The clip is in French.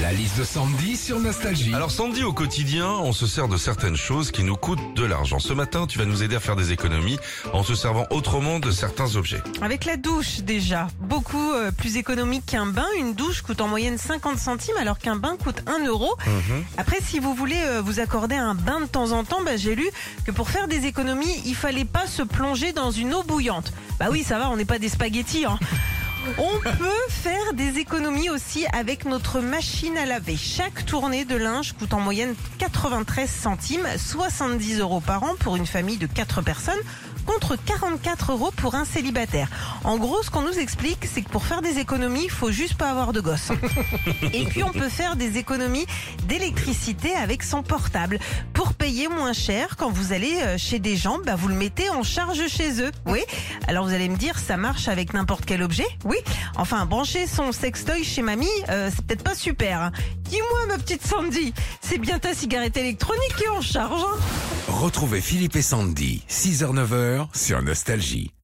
La liste de Sandy sur Nostalgie. Alors Sandy, au quotidien, on se sert de certaines choses qui nous coûtent de l'argent. Ce matin, tu vas nous aider à faire des économies en se servant autrement de certains objets. Avec la douche déjà, beaucoup plus économique qu'un bain. Une douche coûte en moyenne 50 centimes alors qu'un bain coûte 1 euro. Après, si vous voulez vous accorder un bain de temps en temps, j'ai lu que pour faire des économies, il fallait pas se plonger dans une eau bouillante. Bah oui, ça va, on n'est pas des spaghettis, hein. On peut faire des économies aussi avec notre machine à laver. Chaque tournée de linge coûte en moyenne 93 centimes, 70 € par an pour une famille de 4 personnes, contre 44 € pour un célibataire. En gros, ce qu'on nous explique, c'est que pour faire des économies, il faut juste pas avoir de gosse. Et puis, on peut faire des économies d'électricité avec son portable. Pour payer moins cher, quand vous allez chez des gens, vous le mettez en charge chez eux. Oui. Alors, vous allez me dire, ça marche avec n'importe quel objet? Oui. Enfin, brancher son sextoy chez mamie, c'est peut-être pas super, hein. Dis-moi, ma petite Sandy, c'est bien ta cigarette électronique qui est en charge, hein. Retrouvez Philippe et Sandy, 6h-9h sur Nostalgie.